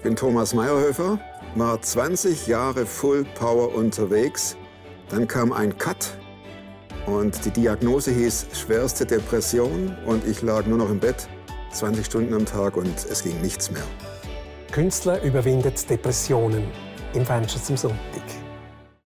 bin Thomas Meyerhöfer, war 20 Jahre Full Power unterwegs. Dann kam ein Cut und die Diagnose hieß schwerste Depression und ich lag nur noch im Bett 20 Stunden am Tag und es ging nichts mehr. Künstler überwindet Depressionen im Fenster zum Sonntag.